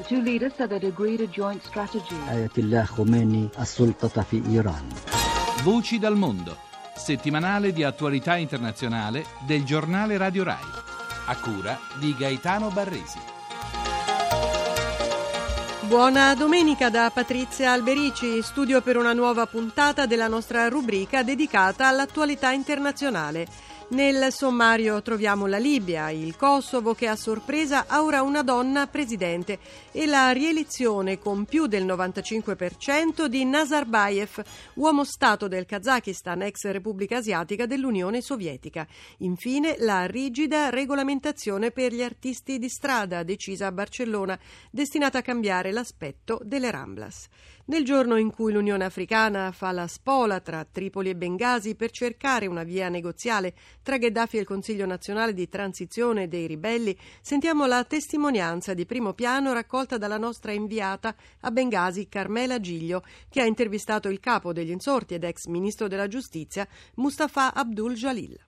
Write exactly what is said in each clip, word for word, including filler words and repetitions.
two leaders said they'd agreed a joint strategy. آية الله خميني السلطة في إيران. Voci dal mondo, settimanale di attualità internazionale del giornale Radio Rai, a cura di Gaetano Barresi. Buona domenica da Patrizia Alberici, studio per una nuova puntata della nostra rubrica dedicata all'attualità internazionale. Nel sommario troviamo la Libia, il Kosovo che a sorpresa ha ora una donna presidente e la rielezione con più del novantacinque per cento di Nazarbayev, uomo stato del Kazakistan, ex Repubblica Asiatica dell'Unione Sovietica. Infine la rigida regolamentazione per gli artisti di strada decisa a Barcellona, destinata a cambiare l'aspetto delle Ramblas. Nel giorno in cui l'Unione Africana fa la spola tra Tripoli e Bengasi per cercare una via negoziale tra Gheddafi e il Consiglio nazionale di transizione dei ribelli, sentiamo la testimonianza di primo piano raccolta dalla nostra inviata a Bengasi, Carmela Giglio, che ha intervistato il capo degli insorti ed ex ministro della giustizia, Mustafa Abdul Jalil.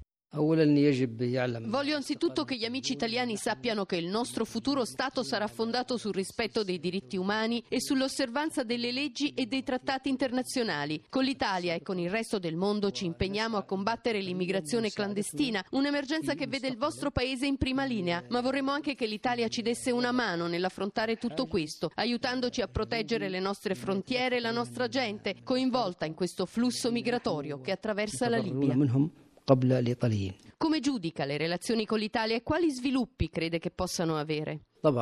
Voglio anzitutto che gli amici italiani sappiano che il nostro futuro Stato sarà fondato sul rispetto dei diritti umani e sull'osservanza delle leggi e dei trattati internazionali. Con l'Italia e con il resto del mondo ci impegniamo a combattere l'immigrazione clandestina, un'emergenza che vede il vostro paese in prima linea, ma vorremmo anche che l'Italia ci desse una mano nell'affrontare tutto questo, aiutandoci a proteggere le nostre frontiere e la nostra gente, coinvolta in questo flusso migratorio che attraversa la Libia. Come giudica le relazioni con l'Italia e quali sviluppi crede che possano avere?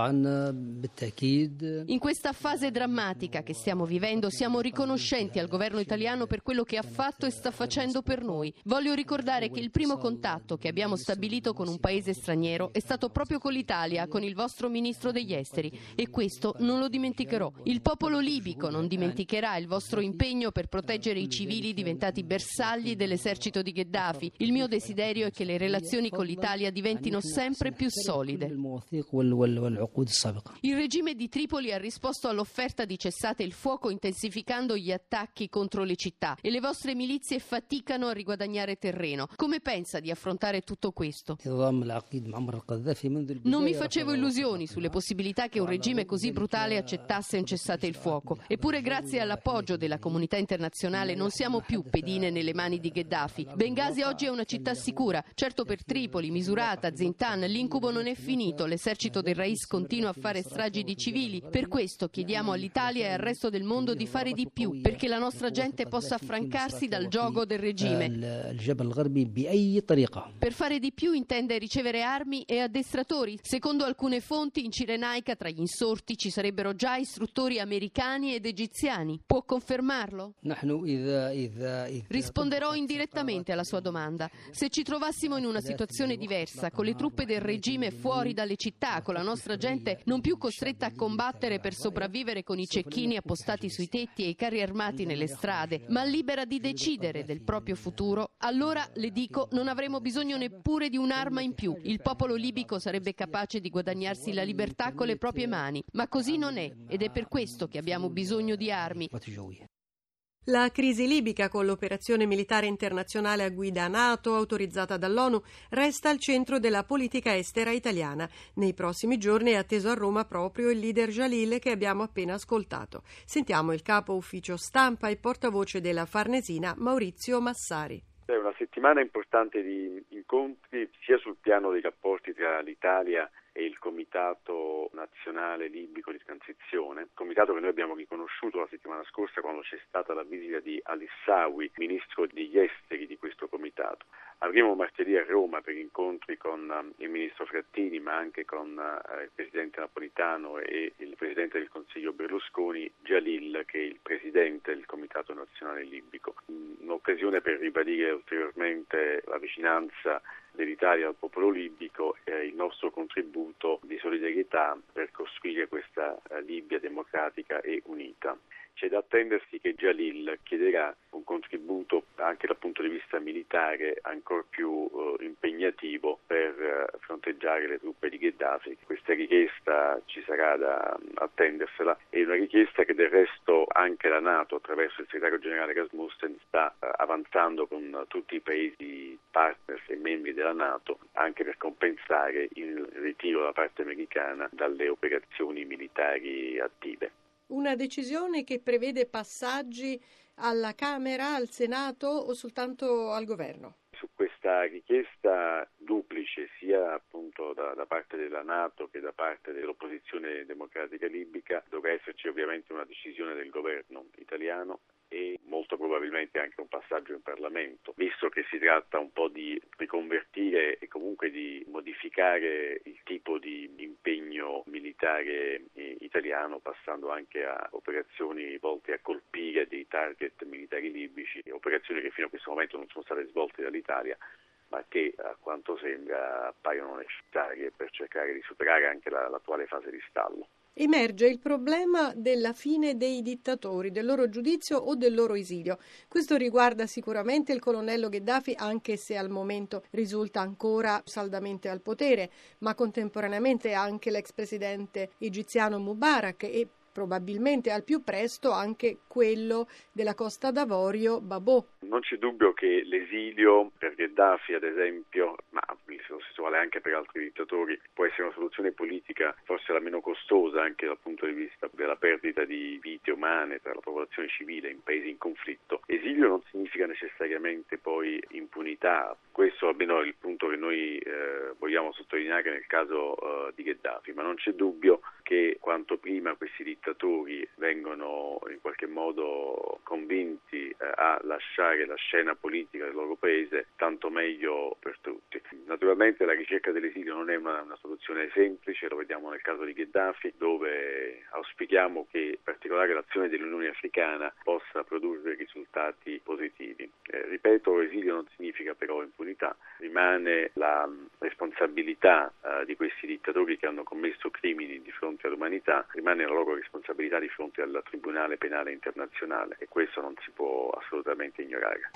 In questa fase drammatica che stiamo vivendo siamo riconoscenti al governo italiano per quello che ha fatto e sta facendo per noi. Voglio ricordare che il primo contatto che abbiamo stabilito con un paese straniero è stato proprio con l'Italia, con il vostro ministro degli esteri, e questo non lo dimenticherò. Il popolo libico non dimenticherà il vostro impegno per proteggere i civili diventati bersagli dell'esercito di Gheddafi. Il mio desiderio è che le relazioni con l'Italia diventino sempre più solide. Il regime di Tripoli ha risposto all'offerta di cessate il fuoco intensificando gli attacchi contro le città e le vostre milizie faticano a riguadagnare terreno. Come pensa di affrontare tutto questo? Non mi facevo illusioni sulle possibilità che un regime così brutale accettasse un cessate il fuoco. Eppure grazie all'appoggio della comunità internazionale non siamo più pedine nelle mani di Gheddafi. Bengasi oggi è una città sicura. Certo, per Tripoli, Misurata, Zintan l'incubo non è finito. L'esercito del Rais continua a fare stragi di civili. Per questo chiediamo all'Italia e al resto del mondo di fare di più, perché la nostra gente possa affrancarsi dal giogo del regime. Per fare di più intende ricevere armi e addestratori? Secondo alcune fonti in Cirenaica tra gli insorti ci sarebbero già istruttori americani ed egiziani. Può confermarlo? Risponderò indirettamente alla sua domanda. Se ci trovassimo in una situazione diversa, con le truppe del regime fuori dalle città, con la nostra gente non più costretta a combattere per sopravvivere con i cecchini appostati sui tetti e i carri armati nelle strade, ma libera di decidere del proprio futuro, allora, le dico, non avremo bisogno neppure di un'arma in più. Il popolo libico sarebbe capace di guadagnarsi la libertà con le proprie mani, ma così non è, ed è per questo che abbiamo bisogno di armi. La crisi libica, con l'operazione militare internazionale a guida NATO autorizzata dall'ONU, resta al centro della politica estera italiana. Nei prossimi giorni è atteso a Roma proprio il leader Jalil che abbiamo appena ascoltato. Sentiamo il capo ufficio stampa e portavoce della Farnesina, Maurizio Massari. È una settimana importante di incontri sia sul piano dei rapporti tra l'Italia e il Comitato Nazionale Libico di Transizione, comitato che noi abbiamo riconosciuto la settimana scorsa quando c'è stata la visita di Al-Issawi, ministro degli esteri di questo comitato. Avremo martedì a Roma per incontri con uh, il ministro Frattini, ma anche con uh, il presidente Napolitano e il presidente del Consiglio Berlusconi, Jalil, che è il presidente del Comitato Nazionale Libico. Un'occasione per ribadire ulteriormente la vicinanza dell'Italia al popolo libico e il nostro contributo di solidarietà per costruire questa uh, Libia democratica e unita. C'è da attendersi che Jalil chiederà un contributo anche dal punto di vista militare ancora più eh, impegnativo per eh, fronteggiare le truppe di Gheddafi. Questa richiesta ci sarà da attendersela, è una richiesta che del resto anche la NATO attraverso il segretario generale Rasmussen sta eh, avanzando con tutti i paesi partners e membri della NATO, anche per compensare il ritiro da parte americana dalle operazioni militari attive. Una decisione che prevede passaggi alla Camera, al Senato o soltanto al governo? Su questa richiesta duplice sia appunto da, da parte della NATO che da parte dell'opposizione democratica libica dovrà esserci ovviamente una decisione del governo italiano e molto probabilmente anche un passaggio in Parlamento, visto che si tratta un po' di riconvertire e comunque di modificare il tipo di impegno militare italiano, passando anche a operazioni volte a colpire dei target militari libici, operazioni che fino a questo momento non sono state svolte dall'Italia, ma che a quanto sembra appaiono necessarie per cercare di superare anche la, l'attuale fase di stallo. Emerge il problema della fine dei dittatori, del loro giudizio o del loro esilio. Questo riguarda sicuramente il colonnello Gheddafi, anche se al momento risulta ancora saldamente al potere, ma contemporaneamente anche l'ex presidente egiziano Mubarak e probabilmente al più presto anche quello della Costa d'Avorio Babò. Non c'è dubbio che l'esilio per Gheddafi, ad esempio, ma si vale anche per altri dittatori, può essere una soluzione politica forse la meno costosa anche dal punto di vista della perdita di vite umane tra la popolazione civile in paesi in conflitto. Esilio non significa necessariamente poi impunità. Questo almeno è il punto che noi eh, vogliamo sottolineare nel caso eh, di Gheddafi, ma non c'è dubbio che quanto prima questi dittatori vengono in qualche modo convinti eh, a lasciare la scena politica del loro paese, tanto meglio per tutti. Naturalmente la ricerca dell'esilio non è una, una soluzione semplice, lo vediamo nel caso di Gheddafi, dove auspichiamo che in particolare l'azione dell'Unione Africana possa produrre risultati positivi. Eh, ripeto, l'esilio non significa però impunità, rimane la responsabilità eh, di questi dittatori che hanno commesso crimini di fronte all'umanità, rimane la loro responsabilità di fronte al Tribunale Penale Internazionale e questo non si può assolutamente ignorare.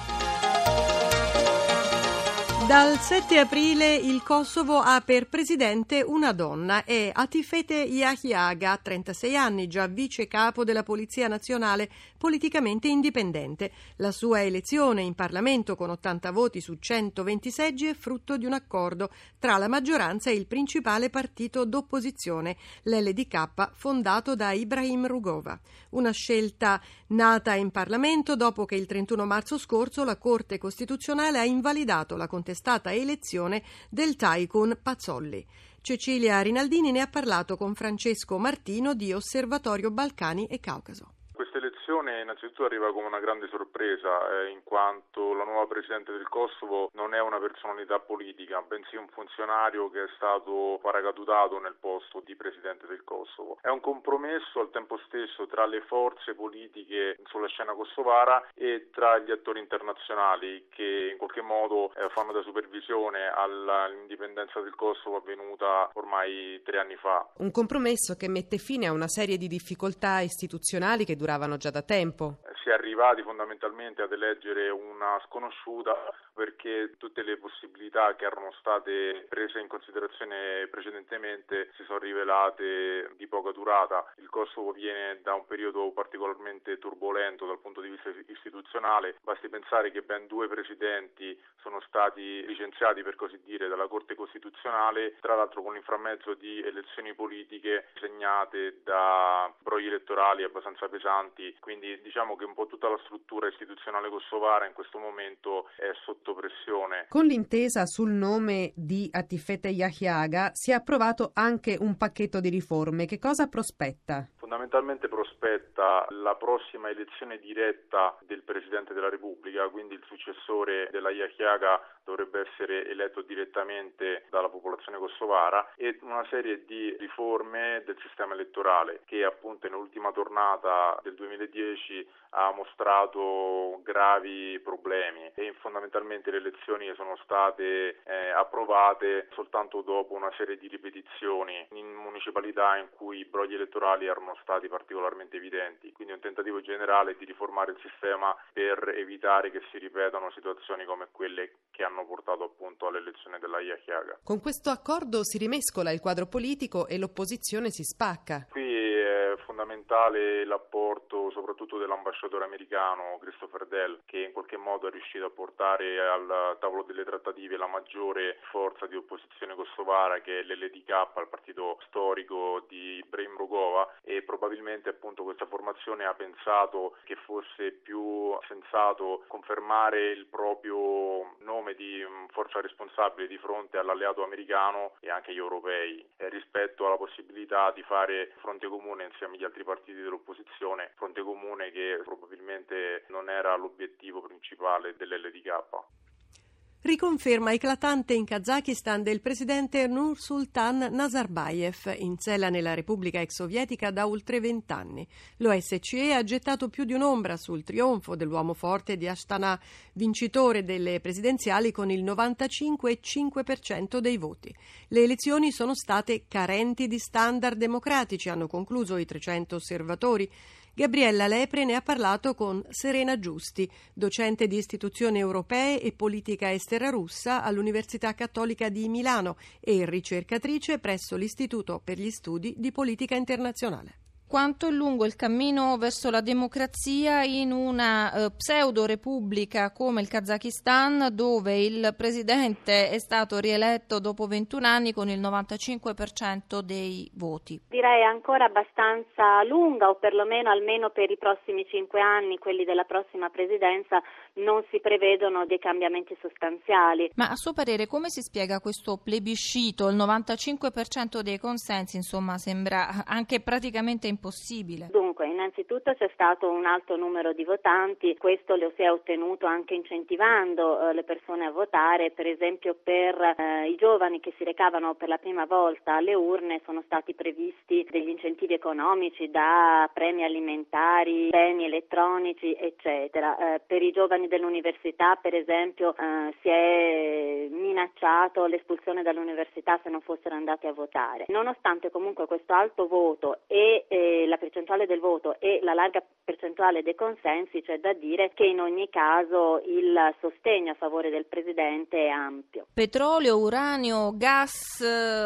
Dal sette aprile il Kosovo ha per presidente una donna, è Atifete Yahyaga, trentasei anni, già vice capo della Polizia Nazionale, politicamente indipendente. La sua elezione in Parlamento con ottanta voti su centoventi seggi è frutto di un accordo tra la maggioranza e il principale partito d'opposizione, l'L D K, fondato da Ibrahim Rugova. Una scelta nata in Parlamento dopo che il trentuno marzo scorso la Corte Costituzionale ha invalidato la contestazione stata elezione del tycoon Pazzolli. Cecilia Rinaldini ne ha parlato con Francesco Martino di Osservatorio Balcani e Caucaso. Questa elezione innanzitutto arriva come una grande sorpresa, eh, in quanto la nuova Presidente del Kosovo non è una personalità politica, bensì un funzionario che è stato paracadutato nel posto di Presidente del Kosovo. È un compromesso al tempo stesso tra le forze politiche sulla scena kosovara e tra gli attori internazionali che in qualche modo eh, fanno da supervisione all'indipendenza del Kosovo avvenuta ormai tre anni fa. Un compromesso che mette fine a una serie di difficoltà istituzionali che duravano già da tempo. Si è arrivati fondamentalmente ad eleggere una sconosciuta perché tutte le possibilità che erano state prese in considerazione precedentemente si sono rivelate di poca durata. Il Kosovo viene da un periodo particolarmente turbolento dal punto di vista istituzionale. Basti pensare che ben due presidenti sono stati licenziati, per così dire, dalla Corte Costituzionale, tra l'altro con l'inframmezzo di elezioni politiche segnate da brogli elettorali abbastanza pesanti. Quindi diciamo che un po' tutta la struttura istituzionale kosovara in questo momento è sotto pressione. Con l'intesa sul nome di Atifete Yahyaga si è approvato anche un pacchetto di riforme. Che cosa prospetta? Fondamentalmente prospetta la prossima elezione diretta del Presidente della Repubblica, quindi il successore della Yahyaga dovrebbe essere eletto direttamente dalla popolazione kosovara, e una serie di riforme del sistema elettorale che appunto nell'ultima tornata del duemiladieci ha mostrato gravi problemi e fondamentalmente le elezioni sono state eh, approvate soltanto dopo una serie di ripetizioni in municipalità in cui i brogli elettorali erano stati particolarmente evidenti, quindi un tentativo generale di riformare il sistema per evitare che si ripetano situazioni come quelle che hanno portato appunto all'elezione della Yachiaga. Con questo accordo si rimescola il quadro politico e l'opposizione si spacca. Qui è fondamentale l'apporto soprattutto dell'ambasciatore americano Christopher Dell, che in qualche modo è riuscito a portare al tavolo delle trattative la maggiore forza di opposizione kosovara, che è l'L D K, il partito storico di Ibrahim Rugova, e probabilmente appunto questa formazione ha pensato che fosse più sensato confermare il proprio nome di forza responsabile di fronte all'alleato americano e anche agli europei, eh, rispetto alla possibilità di fare fronte comune insieme agli altri partiti dell'opposizione, fronte comune che probabilmente non era l'obiettivo principale dell'L D K. Riconferma eclatante in Kazakistan del presidente Nursultan Nazarbayev, in cella nella Repubblica ex sovietica da oltre vent'anni. L'O S C E ha gettato più di un'ombra sul trionfo dell'uomo forte di Astana, vincitore delle presidenziali con il novantacinque virgola cinque per cento dei voti. Le elezioni sono state carenti di standard democratici, hanno concluso i trecento osservatori. Gabriella Lepre ne ha parlato con Serena Giusti, docente di istituzioni europee e politica estera russa all'Università Cattolica di Milano e ricercatrice presso l'Istituto per gli Studi di Politica Internazionale. Quanto è lungo il cammino verso la democrazia in una eh, pseudo-repubblica come il Kazakistan, dove il presidente è stato rieletto dopo ventuno anni con il novantacinque per cento dei voti? Direi ancora abbastanza lunga, o perlomeno almeno per i prossimi cinque anni, quelli della prossima presidenza, non si prevedono dei cambiamenti sostanziali. Ma a suo parere come si spiega questo plebiscito? Il novantacinque per cento dei consensi, insomma, sembra anche praticamente impossibile. Dunque, innanzitutto c'è stato un alto numero di votanti, questo lo si è ottenuto anche incentivando eh, le persone a votare. Per esempio per eh, i giovani che si recavano per la prima volta alle urne sono stati previsti degli incentivi economici, da premi alimentari, beni elettronici, eccetera. Eh, per i giovani dell'università, per esempio, eh, si è minacciato l'espulsione dall'università se non fossero andati a votare. Nonostante comunque questo alto voto e eh, la percentuale del voto e la larga percentuale dei consensi, c'è da dire che in ogni caso il sostegno a favore del presidente è ampio. Petrolio, uranio, gas,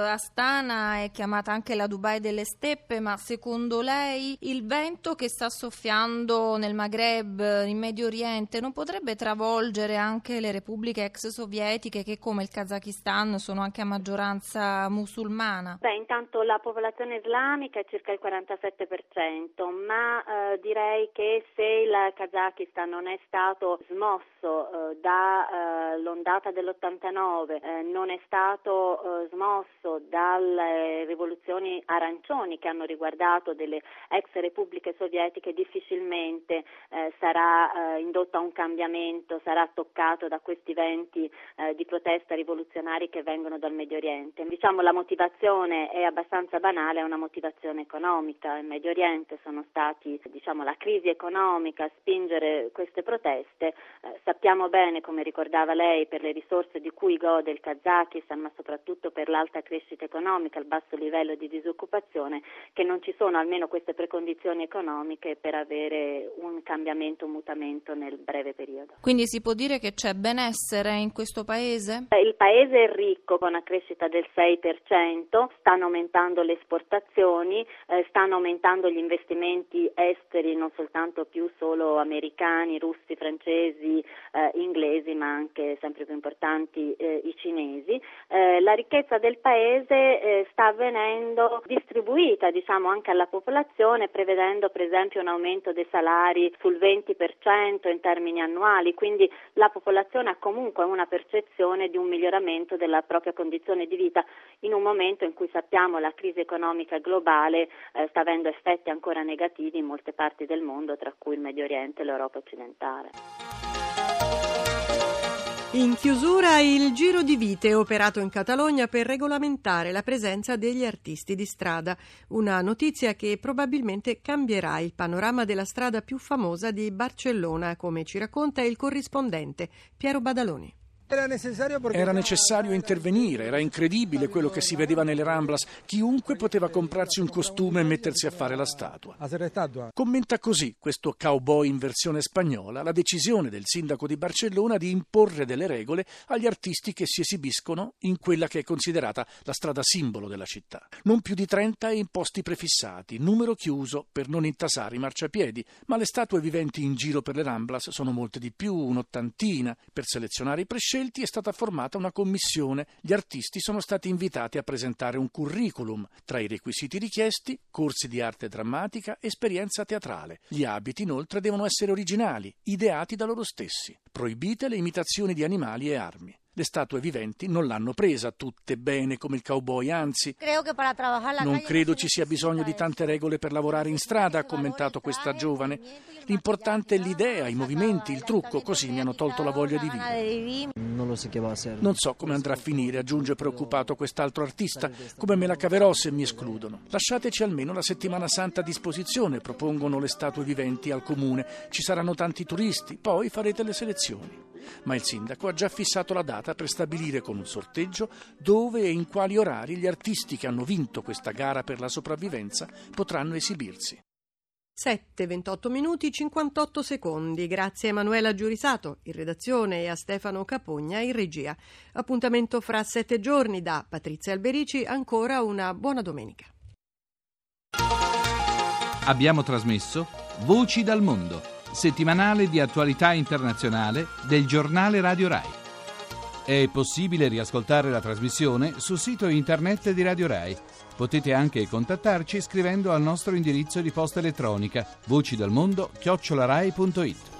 Astana è chiamata anche la Dubai delle steppe, ma secondo lei il vento che sta soffiando nel Maghreb, in Medio Oriente, non potrebbe travolgere anche le repubbliche ex sovietiche che, come il Kazakistan, sono anche a maggioranza musulmana? Beh, intanto la popolazione islamica è circa il quarantasette per cento, ma eh, direi che se il Kazakistan non è stato smosso eh, dall'ondata eh, dell'ottantanove, eh, non è stato eh, smosso dalle rivoluzioni arancioni che hanno riguardato delle ex repubbliche sovietiche, difficilmente eh, sarà eh, indotto a un cambiamento, sarà toccato da questi venti eh, di protesta rivoluzionari che vengono dal Medio Oriente. Diciamo la motivazione è abbastanza banale, è una motivazione economica. In Medio Oriente sono stati, diciamo, la crisi economica a spingere queste proteste. Eh, sappiamo bene, come ricordava lei, per le risorse di cui gode il Kazakistan, ma soprattutto per l'alta crescita economica, il basso livello di disoccupazione, che non ci sono almeno queste precondizioni economiche per avere un cambiamento, un mutamento nel breve periodo. Quindi si può dire che c'è benessere in questo paese? Il paese è ricco, con una crescita del sei per cento, stanno aumentando le esportazioni, eh, stanno aumentando gli investimenti esteri, non soltanto più solo americani, russi, francesi, eh, inglesi, ma anche sempre più importanti eh, i cinesi. Eh, la ricchezza del paese eh, sta avvenendo distribuita, diciamo, anche alla popolazione, prevedendo per esempio un aumento dei salari sul venti per cento in termini annuali, quindi la popolazione ha comunque una percezione di un miglioramento della propria condizione di vita in un momento in cui sappiamo la crisi economica globale eh, sta avendo effetti ancora negativi in molte parti del mondo, tra cui il Medio Oriente e l'Europa occidentale. In chiusura, il Giro di Vite operato in Catalogna per regolamentare la presenza degli artisti di strada, una notizia che probabilmente cambierà il panorama della strada più famosa di Barcellona, come ci racconta il corrispondente Piero Badaloni. Era necessario intervenire, era incredibile quello che si vedeva nelle Ramblas. Chiunque poteva comprarsi un costume e mettersi a fare la statua. Commenta così questo cowboy in versione spagnola la decisione del sindaco di Barcellona di imporre delle regole agli artisti che si esibiscono in quella che è considerata la strada simbolo della città. Non più di trenta e in posti prefissati, numero chiuso per non intasare i marciapiedi, ma le statue viventi in giro per le Ramblas sono molte di più, un'ottantina. Per selezionare i prescelti è stata formata una commissione. Gli artisti sono stati invitati a presentare un curriculum. Tra i requisiti richiesti, corsi di arte drammatica, esperienza teatrale. Gli abiti inoltre devono essere originali, ideati da loro stessi. Proibite le imitazioni di animali e armi. Le statue viventi non l'hanno presa tutte bene come il cowboy, anzi, non credo ci sia bisogno di tante regole per lavorare in strada, ha commentato questa giovane. L'importante è l'idea, i movimenti, il trucco, così mi hanno tolto la voglia di vivere. Non so come andrà a finire, aggiunge preoccupato quest'altro artista, come me la caverò se mi escludono. Lasciateci almeno la settimana santa a disposizione, propongono le statue viventi al comune. Ci saranno tanti turisti, poi farete le selezioni. Ma il sindaco ha già fissato la data per stabilire con un sorteggio dove e in quali orari gli artisti che hanno vinto questa gara per la sopravvivenza potranno esibirsi. sette, ventotto minuti, cinquantotto secondi. Grazie a Emanuela Giurisato in redazione e a Stefano Capogna in regia. Appuntamento fra sette giorni da Patrizia Alberici. Ancora una buona domenica. Abbiamo trasmesso Voci dal Mondo, settimanale di attualità internazionale del giornale Radio Rai. È possibile riascoltare la trasmissione sul sito internet di Radio Rai. Potete anche contattarci scrivendo al nostro indirizzo di posta elettronica voci dal mondo chiocciola rai punto it.